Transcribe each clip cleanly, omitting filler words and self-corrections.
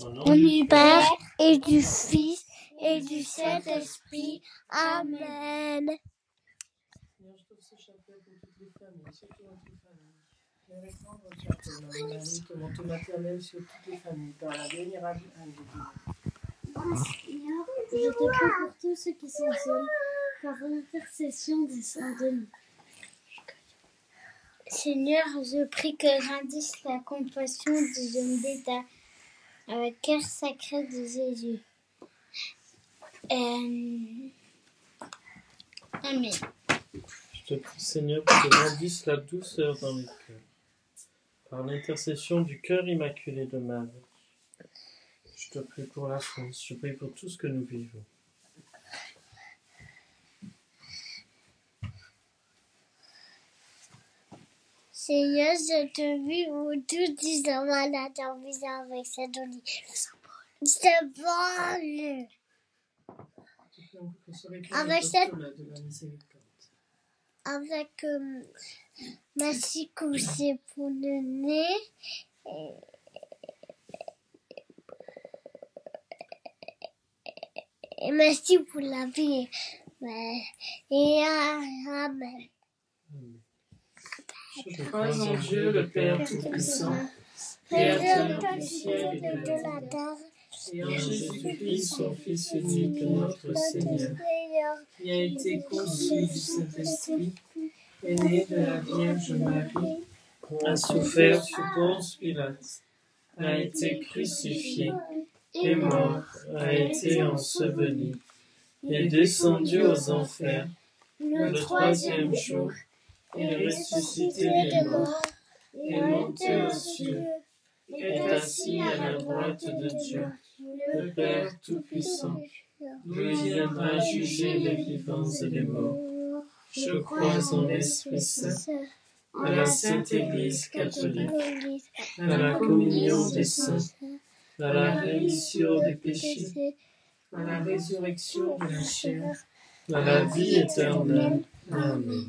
Au nom du Père et du Fils et du Saint-Esprit. Amen. Seigneur, je t'offre ce chapelet pour toutes les familles, surtout notre famille. Avec moi, votre chapelet, Marie, ton manteau maternel sur toutes les familles, par la vénérable Anne de Dieu. Seigneur, je te prie pour tous ceux qui sont seuls, par l'intercession des saints de nous. Seigneur, je prie que grandisse la compassion des hommes d'État avec cœur sacré de Jésus. Amen. Je te prie, Seigneur, pour que grandisse la douceur dans les cœurs, par l'intercession du cœur immaculé de Marie. Je te prie pour la France, je prie pour tout ce que nous vivons. Seigneur, je te prie pour tous les malades en visant avec cette olive. Symbole. Avec cette... Avec merci couché pour le nez. Et merci pour la vie. Et amen. Je crois en Dieu, le Père Tout-Puissant, Créateur du ciel et de la terre, et en Jésus-Christ, son Fils unique, notre Seigneur, qui a été conçu du Saint-Esprit, est né de la Vierge Marie, a souffert sous Ponce Pilate, a été crucifié, est mort, a été enseveli, est descendu aux enfers, le troisième jour, est ressuscité des morts, est monté aux cieux, est assis à la droite de Dieu, le Père Tout-Puissant, d'où il viendra juger les vivants et les morts. Je crois en l'Esprit Saint, à la Sainte Église catholique, à la communion des saints, à la rémission des péchés, à la résurrection de la chair, à la vie éternelle. Amen.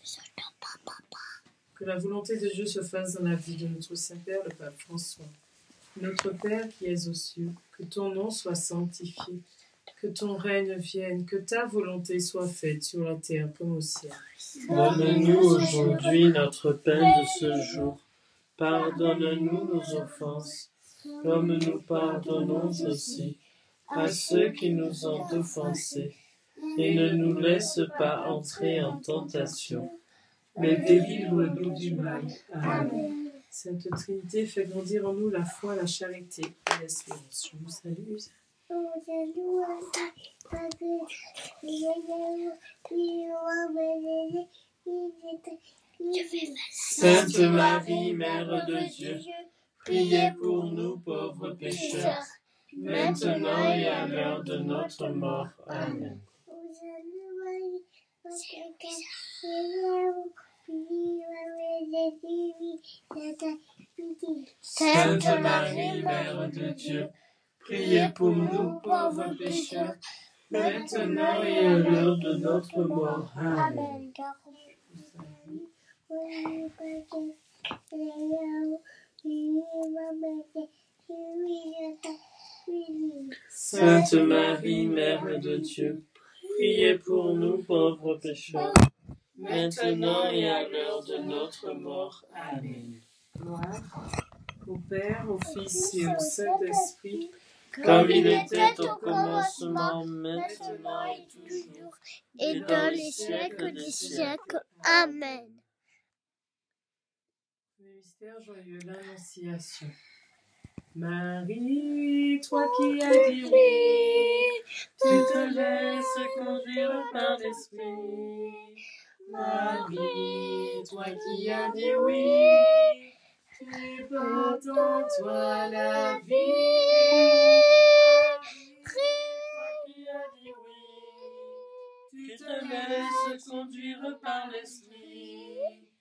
Que la volonté de Dieu se fasse dans la vie de notre Saint-Père, le Pape François. Notre Père qui es aux cieux, que ton nom soit sanctifié, que ton règne vienne, que ta volonté soit faite sur la terre comme au ciel. Donne-nous aujourd'hui notre pain de ce jour. Pardonne-nous nos offenses, comme nous pardonnons aussi à ceux qui nous ont offensés. Et ne nous laisse pas entrer en tentation, mais délivre-nous du mal. Amen. Sainte Trinité, fais grandir en nous la foi, la charité et l'espérance. Je vous salue. Sainte Marie, Mère de Dieu, priez pour nous pauvres pécheurs, maintenant et à l'heure de notre mort. Amen. Sainte Marie, Mère de Dieu, priez pour nous pauvres pécheurs, maintenant et à l'heure de notre mort. Amen. Sainte Marie, Mère de Dieu, priez pour nous pauvres pécheurs, maintenant et à l'heure de notre mort. Amen. Gloire au Père, au Fils et au Saint-Esprit, comme il était au commencement, maintenant et toujours, Et dans les siècles des siècles. Amen. Le mystère joyeux, l'Annonciation. Marie, toi qui as dit oui, tu te laisses conduire par l'Esprit. Marie, toi qui as dit oui, tu portes en toi la vie. Toi qui as dit oui, tu te laisses conduire par l'Esprit.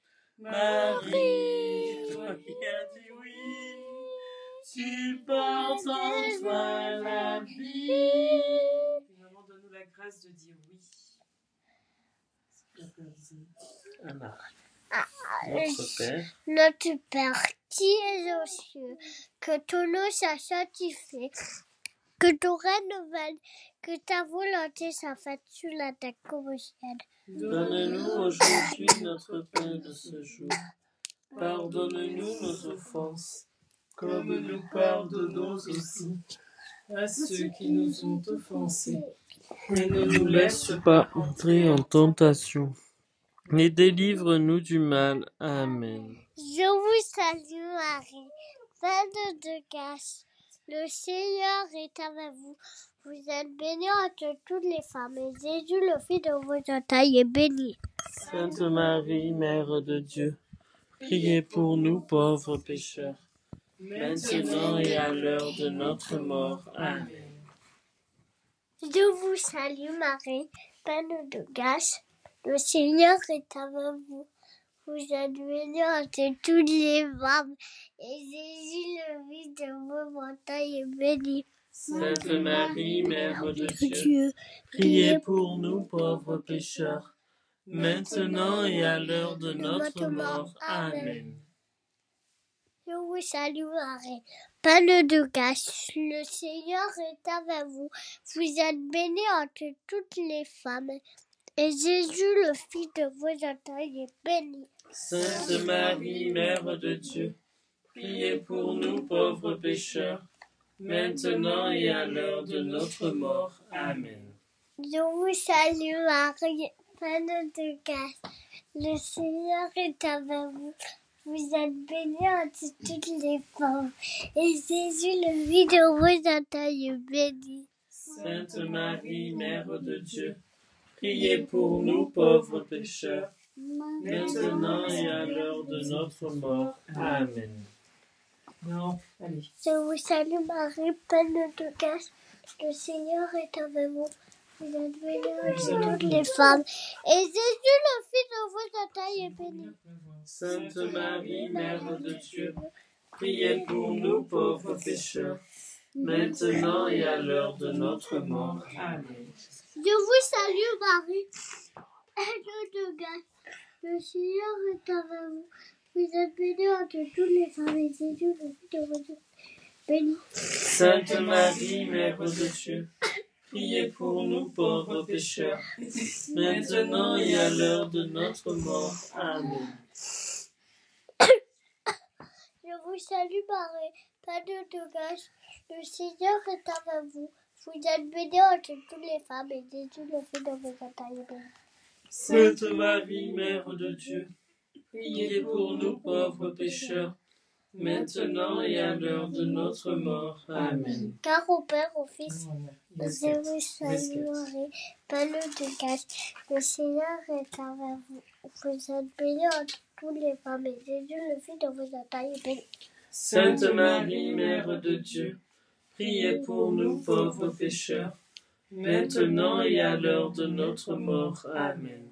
Marie, toi qui as dit oui, tu portes en toi la vie. Maman, donne-nous la grâce de dire oui. Anna. Notre Père qui es aux cieux, que ton nom soit sanctifié, que ton règne vienne, que ta volonté soit faite sur la terre comme au ciel. Donne-nous aujourd'hui notre pain de ce jour. Pardonne-nous nos offenses, comme nous pardonnons aussi à ceux qui nous ont offensés. Et ne nous laisse pas entrer en tentation, mais délivre-nous du mal. Amen. Je vous salue Marie, pleine de grâce. Le Seigneur est avec vous. Vous êtes bénie entre toutes les femmes, et Jésus, le Fils de vos entrailles, est béni. Sainte Marie, Mère de Dieu, priez pour nous pauvres pécheurs, maintenant et à l'heure de notre mort. Amen. Je vous salue Marie, pleine de grâce. Le Seigneur est avec vous. Vous êtes bénie entre toutes les femmes, et Jésus, le Fils de vos entrailles, est béni. Sainte Marie, Mère de Dieu, priez pour nous pauvres pécheurs, maintenant et à l'heure de notre mort. Amen. Je vous salue Marie, pleine de grâce. Le Seigneur est avec vous. Vous êtes bénie entre toutes les femmes, et Jésus, le Fils de vos entrailles, est béni. Sainte Marie, Mère de Dieu, priez pour nous pauvres pécheurs, maintenant et à l'heure de notre mort. Amen. Je vous salue Marie, pleine de grâce. Le Seigneur est avec vous. Vous êtes bénie entre toutes les femmes, et Jésus, le Fils de vos entrailles, est béni. Sainte Marie, Mère de Dieu, priez pour nous pauvres pécheurs, maintenant et à l'heure de notre mort. Amen. Non, allez. Je vous salue Marie, pleine de grâce. Le Seigneur est avec vous. Vous êtes bénie entre toutes les femmes, et Jésus, le Fils de vos entrailles, est béni. Sainte Marie, Mère de Dieu, priez pour nous pauvres pécheurs, maintenant et à l'heure de notre mort. Amen. Je vous salue Marie, pleine de grâce. Le Seigneur est avec vous. Vous êtes bénie entre toutes les femmes, et Jésus, le Fils de vos entrailles, est béni. Sainte Marie, Mère de Dieu, priez pour nous pauvres pécheurs, maintenant et à l'heure de notre mort. Amen. Je vous salue Marie, pleine de grâce. Le Seigneur est avec vous. Vous êtes bénie entre toutes les femmes, et Jésus, le Fils de vos entrailles, est béni. Sainte Marie, Mère de Dieu, priez pour nous pauvres pécheurs, maintenant et à l'heure de notre mort. Amen. Car au Père, au Fils, je vous salue Marie, pleine de grâce. Le Seigneur est avec vous. Vous êtes bénie entre toutes les femmes, et Jésus, le Fils de vos entrailles, est béni. Sainte Marie, Mère de Dieu, priez pour nous pauvres pécheurs, maintenant et à l'heure de notre mort. Amen.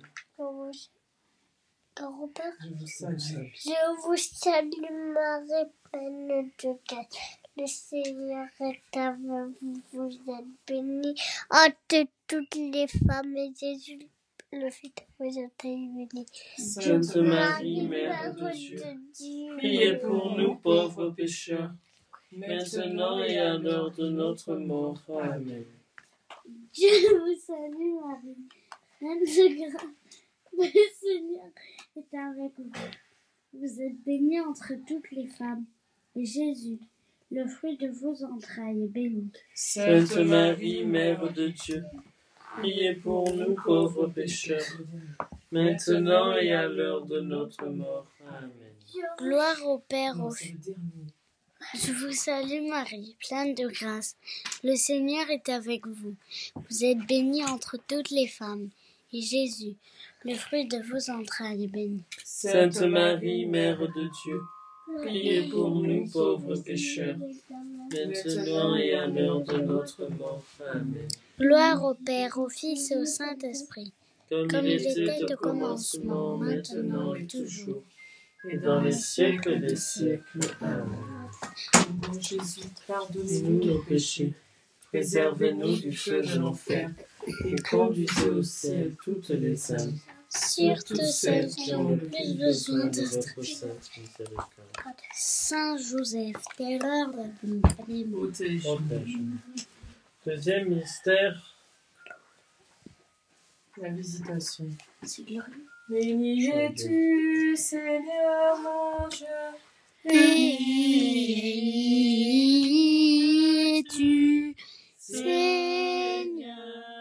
Car au Père, je vous salue Marie, pleine de grâce. Le Seigneur est avec vous. Vous êtes bénie entre toutes les femmes, et Jésus, le Fils de vos entrailles, est béni. Sainte Marie, Mère de Dieu, priez pour nous pauvres pécheurs, maintenant et à l'heure de notre mort. Amen. Je vous salue Marie, pleine de grâce. Le Seigneur est avec vous. Vous êtes bénie entre toutes les femmes, et Jésus, le fruit de vos entrailles, est béni. Sainte Marie, Mère de Dieu, priez pour nous pauvres pécheurs, maintenant et à l'heure de notre mort. Amen. Gloire au Père, au Fils. Je vous salue Marie, pleine de grâce. Le Seigneur est avec vous. Vous êtes bénie entre toutes les femmes, et Jésus, le fruit de vos entrailles, est béni. Sainte Marie, Mère de Dieu, priez pour nous pauvres pécheurs, maintenant et à l'heure de notre mort. Amen. Gloire au Père, au Fils et au Saint-Esprit, Comme il était au commencement, maintenant et toujours, et dans les siècles des siècles. Amen. Mon Jésus, pardonnez-nous nos péchés, préservez-nous du feu de l'enfer, et conduisez au ciel toutes les âmes, surtout celles qui ont le plus besoin de votre sainte miséricorde. Saint Joseph, terreur de l'humanité, Protège-nous. Deuxième mystère, la visitation. c'est glorieux. Béni es-tu, Seigneur mon Dieu. Béni es-tu, Seigneur.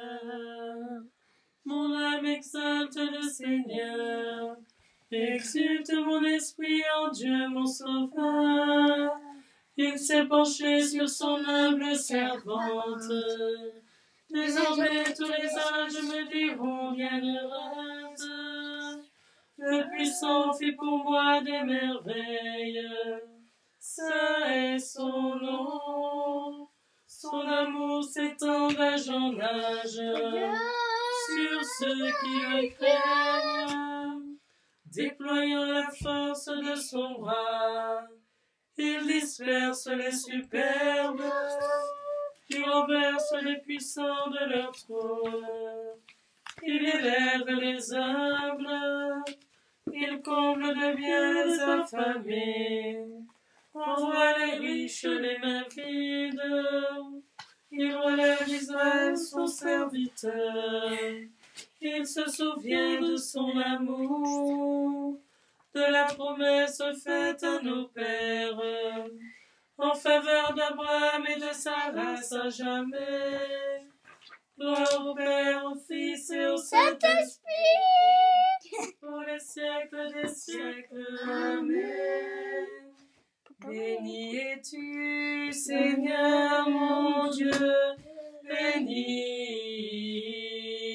Mon âme exalte le Seigneur. Exulte mon esprit en Dieu mon sauveur. Il s'est penché sur son humble servante. Désormais tous les âges me diront bienheureuse. Le puissant fit pour moi des merveilles. Saint est son nom. Son amour s'étend d'âge en âge sur ceux qui le craignent. Déployant la force de son bras, il disperse les superbes. Il renverse les puissants de leur trône. Il élève les humbles. Il comble de biens les affamés. Envoie les riches les mains vides. Il relève Israël son serviteur. Il se souvient de son amour, de la promesse faite à nos pères, en faveur d'Abraham et de sa race à jamais. Gloire au Père, au Fils et au Saint-Esprit, pour les siècles des siècles. Amen. Béni es-tu, Seigneur mon Dieu, béni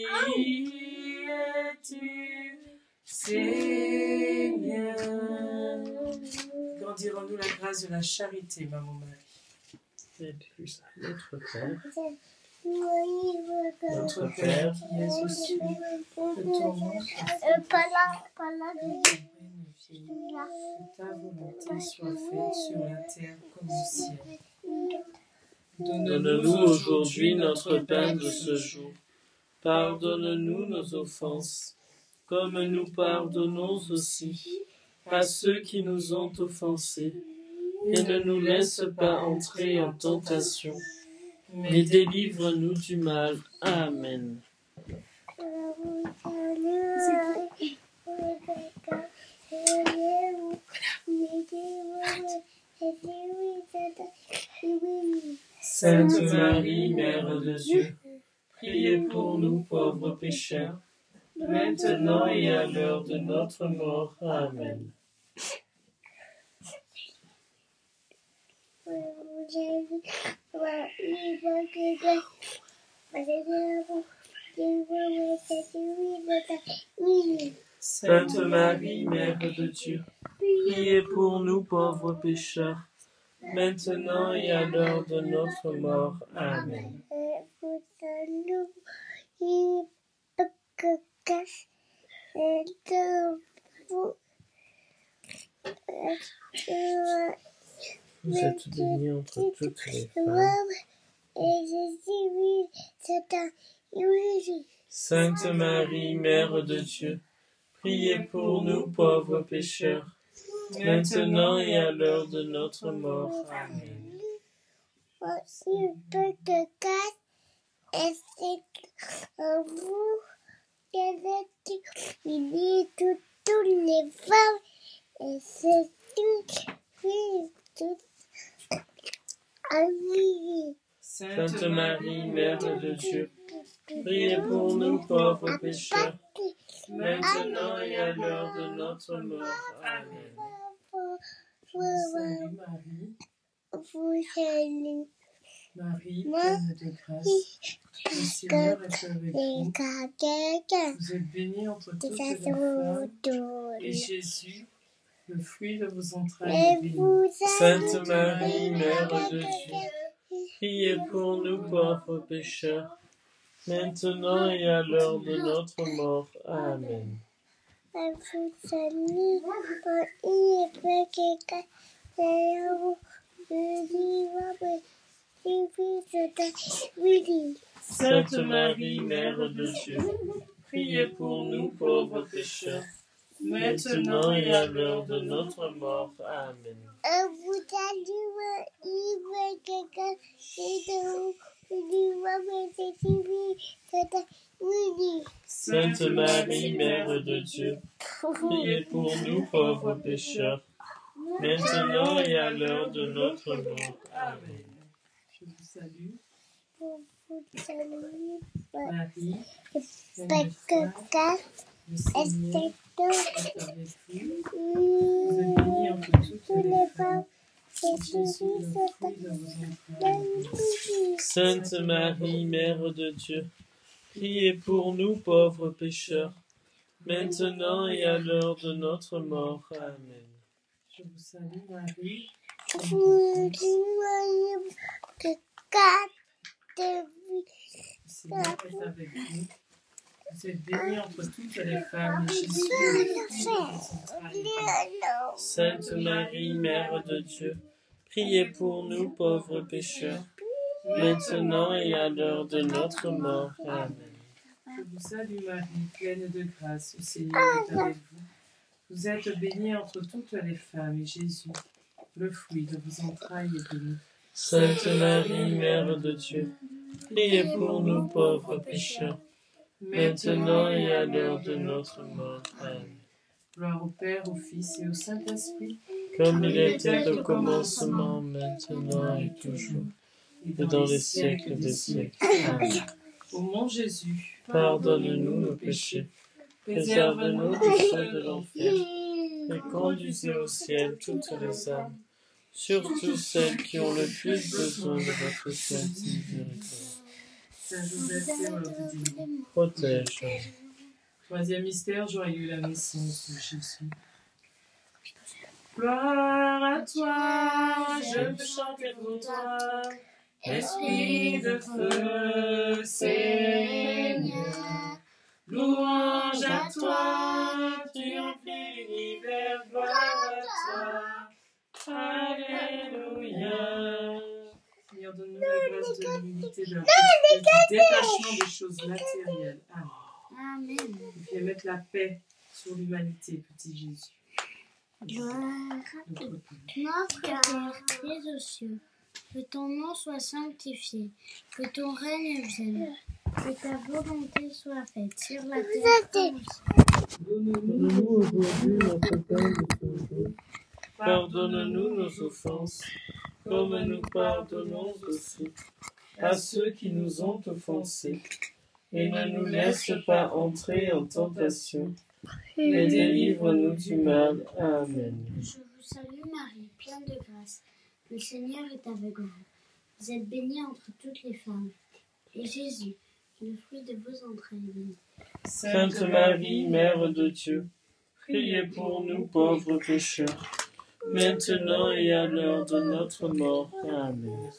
es-tu, Seigneur. Grandirons-nous la grâce de la charité, Maman Marie. Et plus à notre Père. Notre Père qui es aux cieux, que ton nom soit Pas là. que ta volonté soit faite sur la terre comme au ciel. Donne-nous aujourd'hui notre pain de ce jour. Pardonne-nous nos offenses, comme nous pardonnons aussi à ceux qui nous ont offensés. Et ne nous laisse pas entrer en tentation, mais délivre-nous du mal. Amen. Sainte Marie, Mère de Dieu, priez pour nous pauvres pécheurs, maintenant et à l'heure de notre mort. Amen. Sainte Marie, Mère de Dieu, priez pour nous pauvres pécheurs, maintenant et à l'heure de notre mort. Amen. Vous êtes bénie entre toutes les femmes. Sainte Marie, Mère de Dieu, priez pour nous pauvres pécheurs, maintenant et à l'heure de notre mort. Amen. Et c'est en vous qu'elle est unie toutes les femmes, et c'est tout amis. Sainte Marie, Mère de Dieu, priez pour nous pauvres pécheurs, maintenant et à l'heure de notre mort. Amen. Je vous salue Marie. Vous salue Marie, pleine de grâce, le Seigneur est avec vous. Vous êtes bénie entre toutes les femmes, et Jésus, le fruit de vos entrailles, est béni. Sainte Marie, Mère de Dieu, priez pour nous pauvres pécheurs, maintenant et à l'heure de notre mort. Amen. vous salue Sainte Marie, Mère de Dieu, priez pour nous pauvres pécheurs, maintenant et à l'heure de notre mort. Amen. Vous allez Sainte Marie, Mère de Dieu, priez pour nous pauvres pécheurs, maintenant et à l'heure de notre mort. Amen. Je vous salue, Marie, pleine de grâce, le Seigneur est avec vous. Vous êtes bénie entre toutes les femmes, et Jésus, le fruit de vos entrailles. Sainte Marie, Mère de Dieu, priez pour nous pauvres pécheurs, maintenant et à l'heure de notre mort. Amen. Je vous salue, Marie. Le Seigneur est avec vous. Vous êtes bénie entre toutes les femmes, et Jésus, le fruit de vos entrailles. Sainte Marie, Mère de Dieu, priez pour nous pauvres pécheurs, maintenant et à l'heure de notre mort. Amen. Je vous salue, Marie, pleine de grâce, le Seigneur est avec vous. Vous êtes bénie entre toutes les femmes, et Jésus, le fruit de vos entrailles, est béni. Sainte Marie, Mère de Dieu, priez pour nous pauvres pécheurs, maintenant et à l'heure de notre mort. Amen. Gloire au Père, au Fils et au Saint-Esprit, comme il était au commencement, maintenant et toujours, et dans les siècles des siècles. Amen. Ô mon Jésus, pardonne-nous nos péchés, préserve-nous du feu de l'enfer, et conduisez au ciel toutes les âmes, surtout celles qui ont le plus besoin de votre sainte miséricorde. Saint Joseph, Seigneur de Dieu, protège. Troisième mystère joyeux, la naissance de Jésus. Gloire à toi, je veux chanter pour toi, Esprit de feu, Seigneur. Louange à toi, tu remplis l'univers, gloire à toi. Alléluia. Seigneur, donne-nous la grâce de l'humilité, de la pauvreté, du détachement des choses matérielles. Amen. Amen. Et puis mettre la paix sur l'humanité, petit Jésus. Gloire à toi. Notre Père qui es aux cieux, que ton nom soit sanctifié, que ton règne vienne, que ta volonté soit faite sur la terre comme au ciel. Donne-nous aujourd'hui notre pain de ce jour. Pardonne-nous nos offenses, comme nous pardonnons aussi à ceux qui nous ont offensés. Et ne nous laisse pas entrer en tentation, mais délivre-nous du mal. Amen. Je vous salue Marie, pleine de grâce. Le Seigneur est avec vous. Vous êtes bénie entre toutes les femmes. Et Jésus, le fruit de vos entrailles, est béni. Sainte Marie, Mère de Dieu, priez pour nous pauvres pécheurs, maintenant et à l'heure de notre mort. Amen.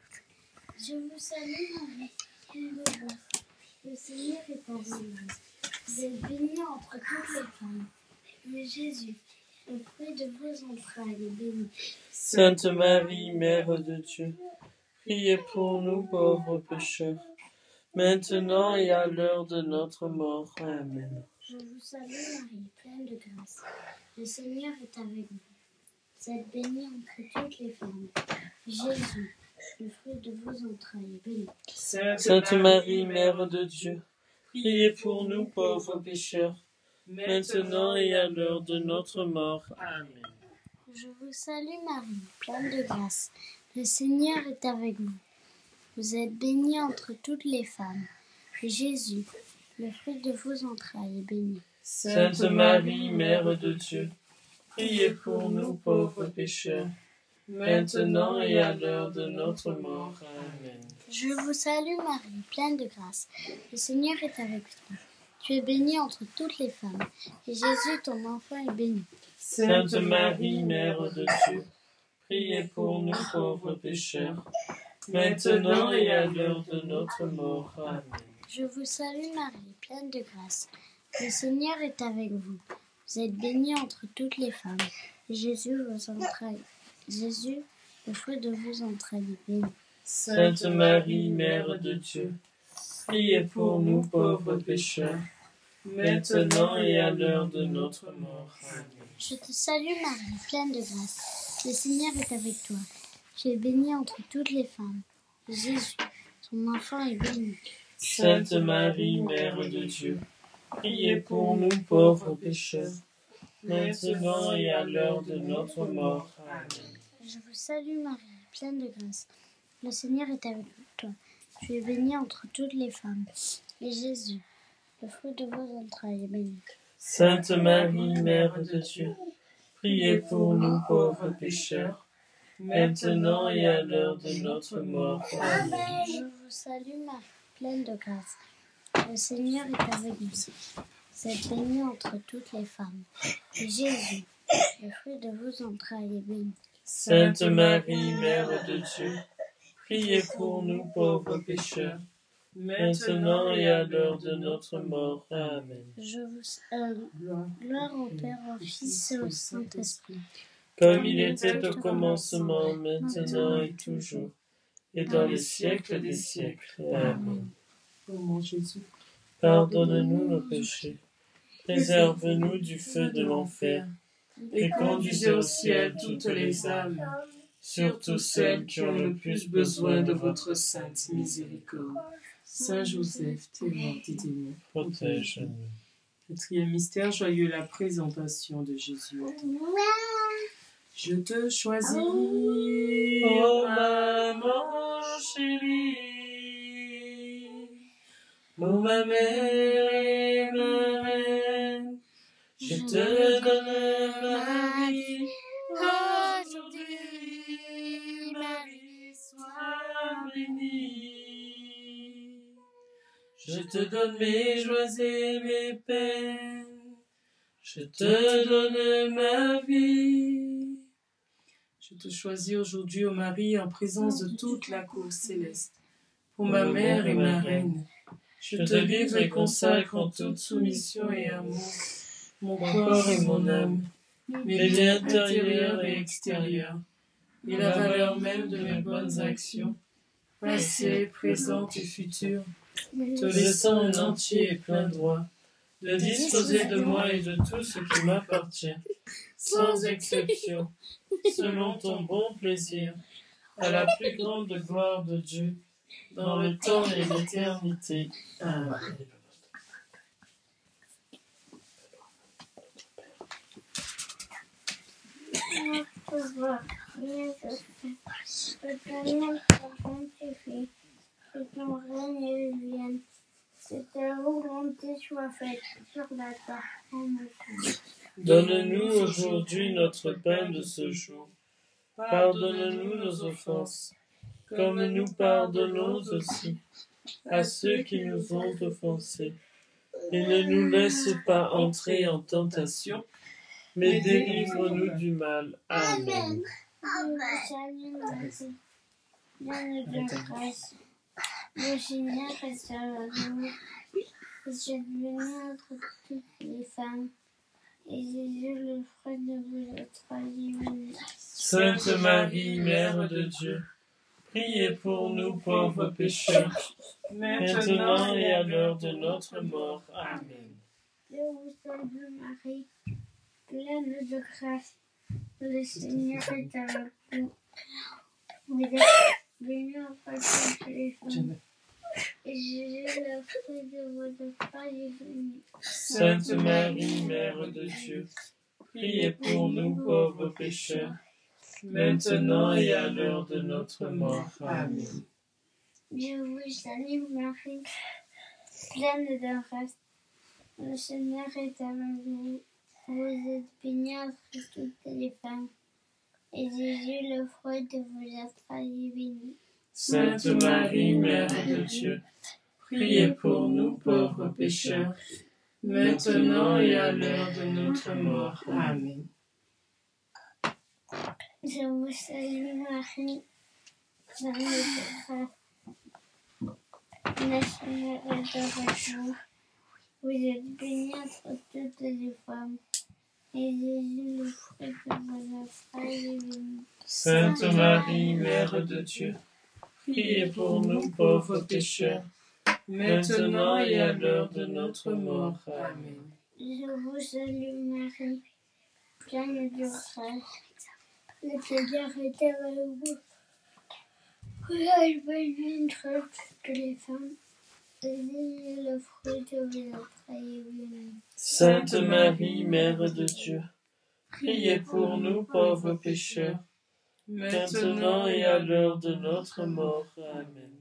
Je vous salue Marie, pleine de grâce. Le Seigneur est avec vous. Vous êtes bénie entre toutes les femmes. Et Jésus, le fruit de vos entrailles, est béni. Sainte Marie, Mère de Dieu, priez pour nous pauvres pécheurs, maintenant et à l'heure de notre mort. Amen. Je vous salue Marie, pleine de grâce. Le Seigneur est avec vous. Vous êtes bénie entre toutes les femmes. Jésus, le fruit de vos entrailles, est béni. Sainte Marie, Mère de Dieu, priez pour nous pauvres pécheurs, maintenant et à l'heure de notre mort. Amen. Je vous salue Marie, pleine de grâce. Le Seigneur est avec vous. Vous êtes bénie entre toutes les femmes. Et Jésus, le fruit de vos entrailles, est béni. Sainte Marie, Mère de Dieu, priez pour nous pauvres pécheurs, maintenant et à l'heure de notre mort. Amen. Je vous salue Marie, pleine de grâce. Le Seigneur est avec toi. Tu es bénie entre toutes les femmes. Et Jésus, ton enfant, est béni. Sainte Marie, Mère de Dieu, priez pour nous pauvres pécheurs, maintenant et à l'heure de notre mort. Amen. Je vous salue Marie, pleine de grâce. Le Seigneur est avec vous. Vous êtes bénie entre toutes les femmes. Et Jésus, vos entrailles. Jésus, le fruit de vos entrailles, est béni. Sainte Marie, Mère de Dieu, priez pour nous pauvres pécheurs, maintenant et à l'heure de notre mort. Amen. Je te salue Marie, pleine de grâce. Le Seigneur est avec toi. Tu es bénie entre toutes les femmes. Jésus, ton enfant, est béni. Sainte Marie, Mère de Dieu, priez pour nous pauvres pécheurs, maintenant et à l'heure de notre mort. Amen. Je vous salue Marie, pleine de grâce. Le Seigneur est avec toi. Tu es bénie entre toutes les femmes. Et Jésus, le fruit de vos entrailles, est béni. Sainte Marie, Mère de Dieu, priez pour nous pauvres pécheurs, maintenant et à l'heure de notre mort. Amen. Je vous salue Marie, pleine de grâce. Le Seigneur est avec vous. Vous êtes bénie entre toutes les femmes. Et Jésus, le fruit de vos entrailles, est béni. Sainte Marie, Mère de Dieu, priez pour nous pauvres pécheurs, maintenant et à l'heure de notre mort. Amen. Gloire au Père, au Fils et au Saint-Esprit. Comme il était au commencement, maintenant et toujours, et dans les siècles des siècles. Amen. Ô mon Jésus, pardonne-nous nos péchés, préserve-nous du feu de l'enfer, et conduisez au ciel toutes les âmes, surtout celles qui ont le plus besoin de votre sainte miséricorde. Saint Joseph, témoin des démons, protège-nous. Quatrième mystère joyeux, la présentation de Jésus. Je te choisis, ô maman chérie, ô ma mère et ma reine, je te donne ma vie aujourd'hui, Marie, sois bénie. Je te donne mes joies et mes peines, je te donne ma vie. Je te choisis aujourd'hui, ô Marie, en présence de toute la cour céleste, pour ma mère et ma reine. Je te livre et consacre en toute soumission et amour mon corps et mon âme, mes biens intérieurs et extérieurs, et la valeur même de mes bonnes actions, passées, présentes et futures, te laissant en entier et plein droit de disposer de moi et de tout ce qui m'appartient, sans exception, selon ton bon plaisir, à la plus grande gloire de Dieu, dans le temps et l'éternité. Amen. Que ton règne vienne, que ta volonté soit faite sur la terre comme au ciel. Donne-nous aujourd'hui notre pain de ce jour. Pardonne-nous nos offenses, comme nous pardonnons aussi à ceux qui nous ont offensés. Et ne nous laisse pas entrer en tentation, mais délivre-nous du mal. Amen. Salut Marie, pleine de grâce. Le Seigneur est avec vous. Vous êtes bénie entre toutes les femmes, et Jésus, le fruit de vos entrailles, est béni. Sainte Marie, Mère de Dieu, priez pour nous pauvres pécheurs, maintenant et à l'heure de notre mort. Amen. Je vous salue Marie, pleine de grâce. Le Seigneur est avec vous. Vous êtes bénie entre toutes les femmes, et Jésus, le fruit de vos entrailles, est béni. Sainte Marie, Mère de Dieu, priez pour nous pauvres pécheurs, maintenant et à l'heure de notre mort. Amen. Je vous salue Marie, pleine de grâce. Le Seigneur est avec vous. Vous êtes bénie entre toutes les femmes, et Jésus, le fruit de vos entrailles, est béni. Sainte Marie, Mère de Dieu, priez pour nous pauvres pécheurs, maintenant et à l'heure de notre mort. Amen. Je vous salue Marie, pleine de grâce. Le Seigneur est avec vous. Vous êtes bénie entre toutes les femmes, et Jésus, le fruit de vos entrailles, est béni. Sainte Marie, Mère de Dieu, priez pour nous pauvres pécheurs, maintenant et à l'heure de notre mort. Amen. Je vous salue Marie, pleine de grâce. Le Seigneur est avec vous. Vous êtes bénie entre toutes les femmes. Et béni le fruit de vos entrailles, béni. Sainte Marie, Mère de Dieu, priez pour nous pauvres pécheurs, maintenant et à l'heure de notre mort. Amen.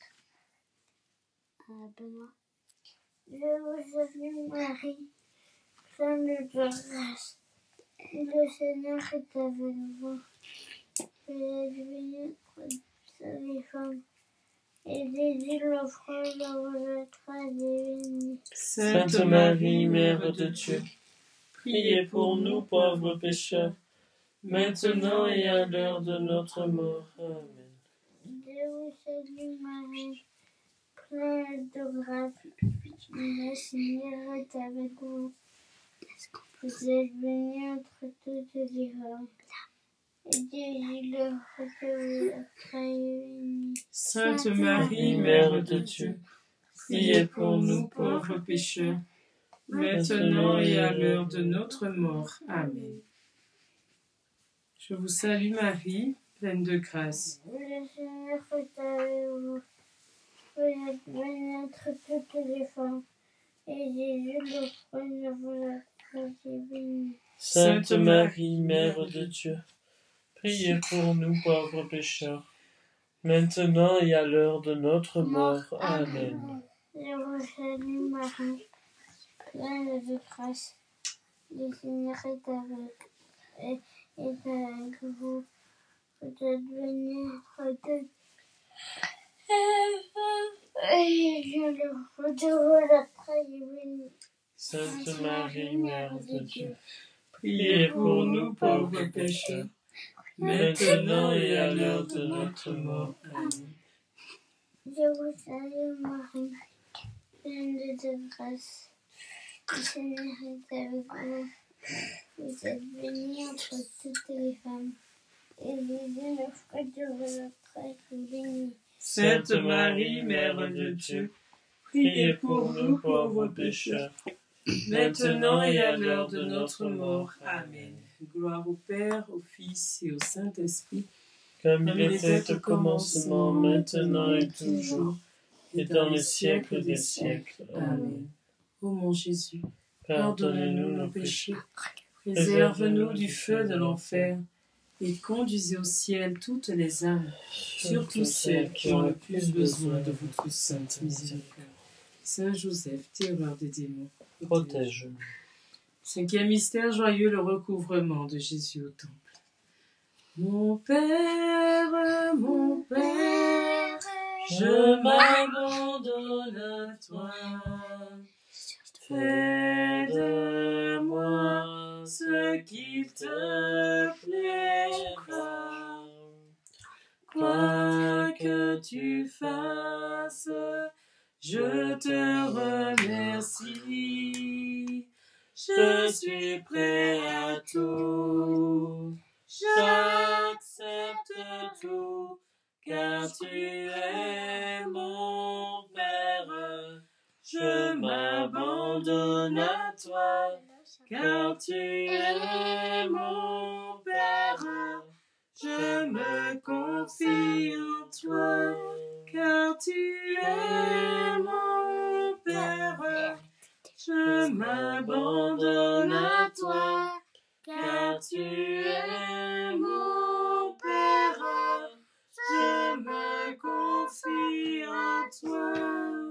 Je vous salue Marie, pleine de grâce. Le Seigneur est avec vous. Vous êtes bénie entre toutes les femmes. Et béni le fruit de vos entrailles, béni. Sainte Marie, Mère de Dieu, priez pour nous pauvres pécheurs, maintenant et à l'heure de notre mort. Amen. Je vous salue Marie, pleine de grâce. Le Seigneur est avec vous. Vous êtes bénie entre toutes les femmes. Et béni le fruit de vos entrailles, béni. Sainte Marie, Mère de Dieu, priez pour nous pauvres pécheurs, maintenant et à l'heure de notre mort. Amen. Je vous salue Marie, pleine de grâce. Le Seigneur est avec vous. Vous êtes bénie entre toutes les femmes. Et Jésus, le fruit de vos entrailles, est béni. Sainte Marie, Mère de Dieu, priez pour nous pauvres pécheurs, maintenant et à l'heure de notre mort. Amen. Je vous salue Marie, pleine de grâce. Le Seigneur est avec vous. Vous êtes bénie entre toutes les femmes. Et Jésus, le fruit de vos entrailles, est béni. Sainte Marie, Mère de Dieu, priez pour nous pauvres pécheurs, maintenant et à l'heure de notre mort. Amen. Je vous salue Marie, pleine de grâce. Le Seigneur est avec vous. Vous êtes bénie entre toutes les femmes. Et Jésus, le fruit de vos entrailles, est béni. Sainte Marie, Mère de Dieu, priez pour nous pauvres pécheurs, maintenant et à l'heure de notre mort. Amen. Gloire au Père, au Fils et au Saint-Esprit, comme il était au commencement, maintenant et toujours, et dans les siècles des siècles. Amen. Ô mon Jésus, pardonne-nous nos péchés, préserve-nous du feu de l'enfer, et conduisez au ciel toutes les âmes, surtout celles qui ont le plus besoin de votre sainte miséricorde. Saint Joseph, terreur des démons, protège-nous. Cinquième mystère joyeux, le recouvrement de Jésus au temple. Mon Père, je m'abandonne à toi. Fais de moi ce qu'il te plaira. Quoi que tu fasses, je te remercie. Je suis prêt à tout. J'accepte tout, car tu es mon Père. Je m'abandonne à toi, car tu es mon Père. Je me confie en toi, car tu es mon Père. Je m'abandonne à toi, car tu es mon Père. Je me confie en toi.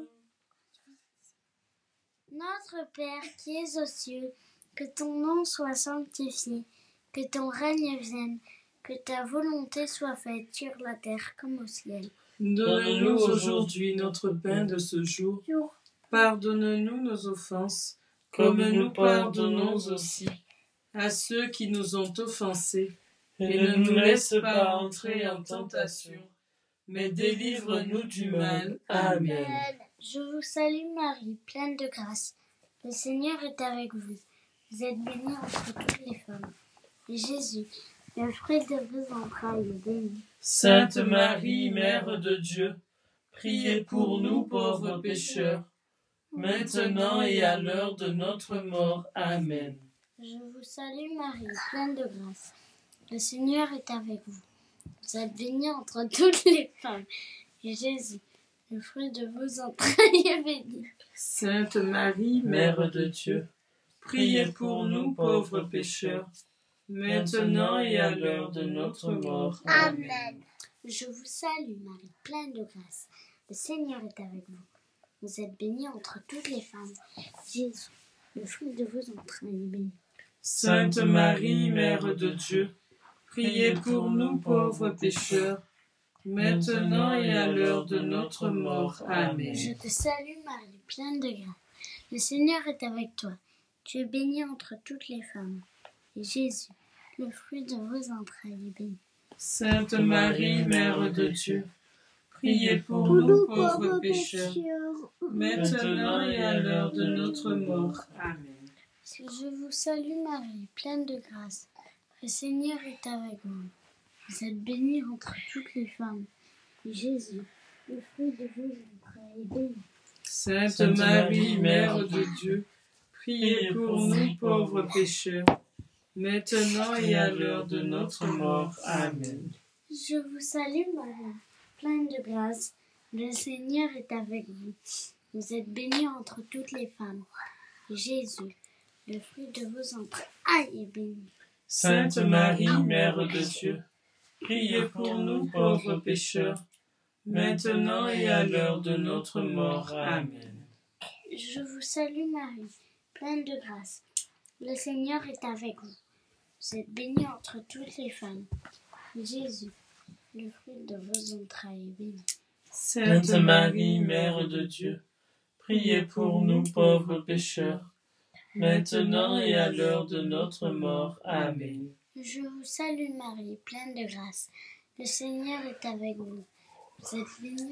Notre Père qui es aux cieux, que ton nom soit sanctifié, que ton règne vienne, que ta volonté soit faite sur la terre comme au ciel. Donne-nous aujourd'hui notre pain de ce jour. Pardonne-nous nos offenses, comme nous pardonnons aussi à ceux qui nous ont offensés. Et ne nous laisse pas entrer en tentation, mais délivre-nous du mal. Amen. Je vous salue Marie, pleine de grâce. Le Seigneur est avec vous. Vous êtes bénie entre toutes les femmes. Et Jésus, le fruit de vos entrailles, est béni. Sainte Marie, Mère de Dieu, priez pour nous pauvres pécheurs, maintenant et à l'heure de notre mort. Amen. Je vous salue Marie, pleine de grâce. Le Seigneur est avec vous. Vous êtes bénie entre toutes les femmes. Et Jésus, le fruit de vos entrailles, est béni. Sainte Marie, Mère de Dieu, priez pour nous pauvres pécheurs, maintenant et à l'heure de notre mort. Amen. Je vous salue Marie, pleine de grâce. Le Seigneur est avec vous. Vous êtes bénie entre toutes les femmes. Jésus, le fruit de vos entrailles, est béni. Sainte Marie, Mère de Dieu, priez pour nous pauvres pécheurs, maintenant et à l'heure de notre mort. Amen. Je te salue Marie, pleine de grâce. Le Seigneur est avec toi. Tu es bénie entre toutes les femmes. Et Jésus, le fruit de vos entrailles, est béni. Sainte Marie, Mère de Dieu, priez pour nous pauvres pécheurs, maintenant et à l'heure de notre mort. Amen. Je vous salue Marie, pleine de grâce. Le Seigneur est avec vous. Vous êtes bénie entre toutes les femmes. Et Jésus, le fruit de vos entrailles, est béni. Sainte Marie, Mère de Dieu, priez pour nous pauvres pécheurs, maintenant et à l'heure de notre mort. Amen. Je vous salue Marie, pleine de grâce. Le Seigneur est avec vous. Vous êtes bénie entre toutes les femmes. Et Jésus, le fruit de vos entrailles, est béni. Sainte Marie, Mère de Dieu, priez pour nous pauvres pécheurs, maintenant et à l'heure de notre mort. Amen. Je vous salue Marie, pleine de grâce. Le Seigneur est avec vous. Vous êtes bénie entre toutes les femmes. Et Jésus, le fruit de vos entrailles, est béni. Sainte Marie, Mère de Dieu, priez pour nous pauvres pécheurs, maintenant et à l'heure de notre mort. Amen. Je vous salue Marie, pleine de grâce. Le Seigneur est avec vous. Vous êtes bénie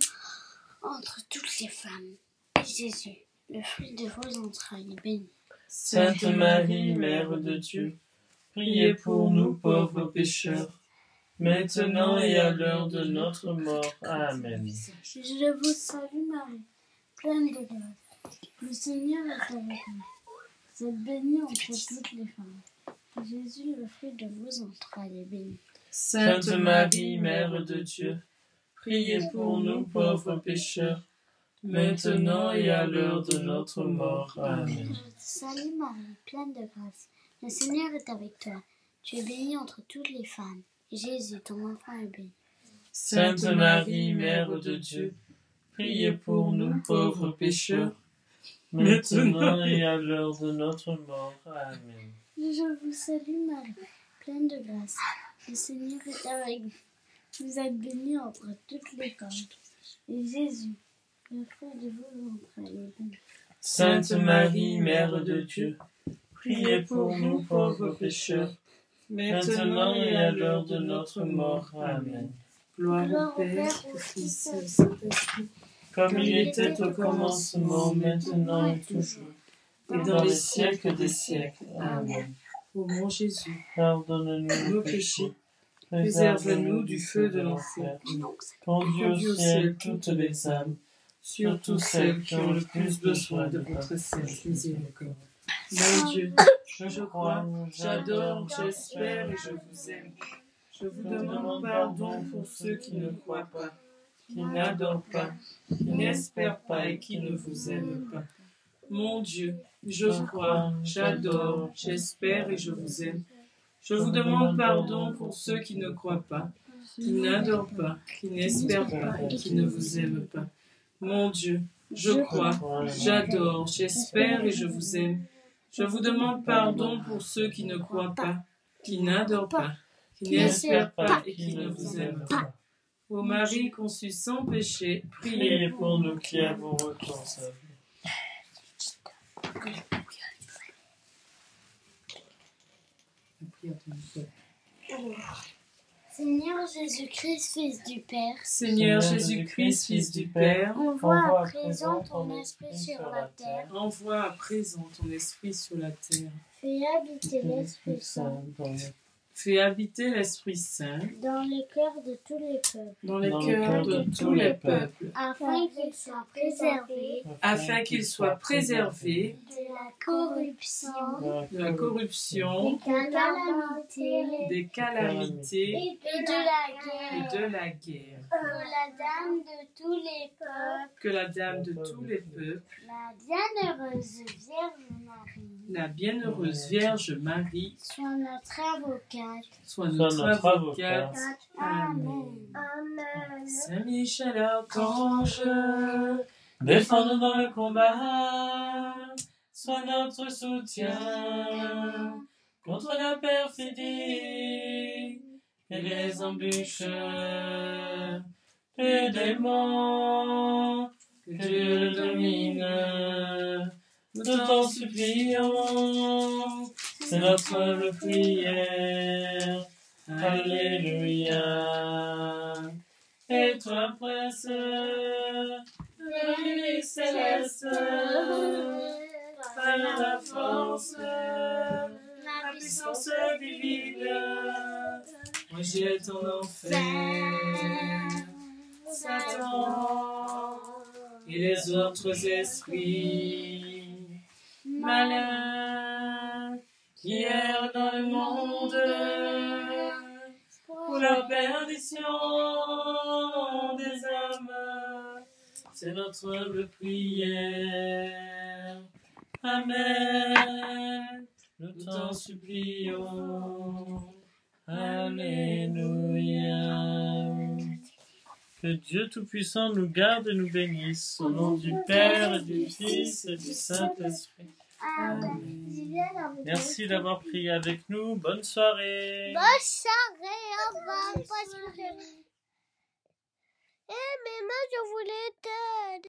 entre toutes les femmes. Et Jésus, le fruit de vos entrailles, est béni. Sainte Marie, Mère de Dieu, priez pour nous pauvres pécheurs, maintenant et à l'heure de notre mort. Amen. Je vous salue Marie, pleine de grâce. Le Seigneur est avec vous. Vous êtes bénie entre toutes les femmes. Et Jésus, le fruit de vos entrailles, est béni. Sainte Marie, Mère de Dieu, priez pour nous pauvres pécheurs, maintenant et à l'heure de notre mort. Amen. Je te salue Marie, pleine de grâce. Le Seigneur est avec toi. Tu es bénie entre toutes les femmes. Et Jésus, ton enfant, est béni. Sainte Marie, Mère de Dieu, priez pour nous pauvres pécheurs, maintenant et à l'heure de notre mort. Amen. Je vous salue Marie, pleine de grâce. Le Seigneur est avec vous. Vous êtes bénie entre toutes les femmes. Et Jésus, le fruit de vos entrailles, est béni. Sainte Marie, Mère de Dieu, priez pour nous pauvres pécheurs, maintenant et à l'heure de notre mort. Amen. Gloire au Père, au Fils et au Saint-Esprit, comme il était au commencement, maintenant et toujours, et dans les siècles des siècles. Amen. Ô mon Jésus, pardonne-nous nos péchés, préserve-nous du feu de l'enfer, conduis au ciel toutes les âmes, surtout celles qui ont le plus besoin de votre sainte miséricorde. Mon Dieu, je crois, j'adore, j'espère et je vous aime. Je vous demande pardon pour ceux qui ne croient pas, qui n'adorent pas, qui n'espèrent pas et qui ne vous aiment pas. Mon Dieu, je crois, j'adore, j'espère et je vous aime. Je vous demande pardon pour ceux qui ne croient pas, qui n'adorent pas, qui n'espèrent pas et qui ne vous aiment pas. Mon Dieu, je crois, j'adore, j'espère et je vous aime. Je vous demande pardon pour ceux qui ne croient pas, qui n'adorent pas, qui n'espèrent pas et qui ne vous aiment pas. Ô Marie conçue sans péché, priez pour nous qui avons recours à vous. Seigneur Jésus-Christ, Fils du Père, Seigneur Jésus-Christ, Fils du Père, envoie à présent ton esprit sur la terre. envoie à présent ton esprit sur la terre. Fais habiter l'Esprit Saint Fais habiter l'Esprit Saint dans les cœurs de tous les peuples, dans les cœurs de tous les peuples, afin qu'ils soient préservés afin qu'ils soient préservés de la corruption, de la corruption, des calamités des calamités et de la guerre. et de la guerre. Que la Dame de tous les peuples, Que la Dame de tous les peuples, la bienheureuse Vierge Marie, la bienheureuse Vierge Marie, soit notre avocate. soit notre avocate. Amen. Amen. Saint Michel Archange, défends-nous dans le combat, sois notre soutien contre la perfidie et les embûches des démons. Que Dieu le domine, nous t'en supplions, c'est notre humble prière. Alléluia. Et toi, prince de l'univers céleste, par la force, la puissance divine, rejette en enfer Satan et les autres esprits malins qui errent dans le monde pour la perdition des âmes. C'est notre humble prière. Amen. Nous t'en supplions. Alléluia. Que Dieu Tout-Puissant nous garde et nous bénisse. Au nom du Père, et du Fils et du Saint-Esprit. Amen. Merci d'avoir prié avec nous. Bonne soirée. Bonne soirée, au revoir. Mais moi, je voulais te...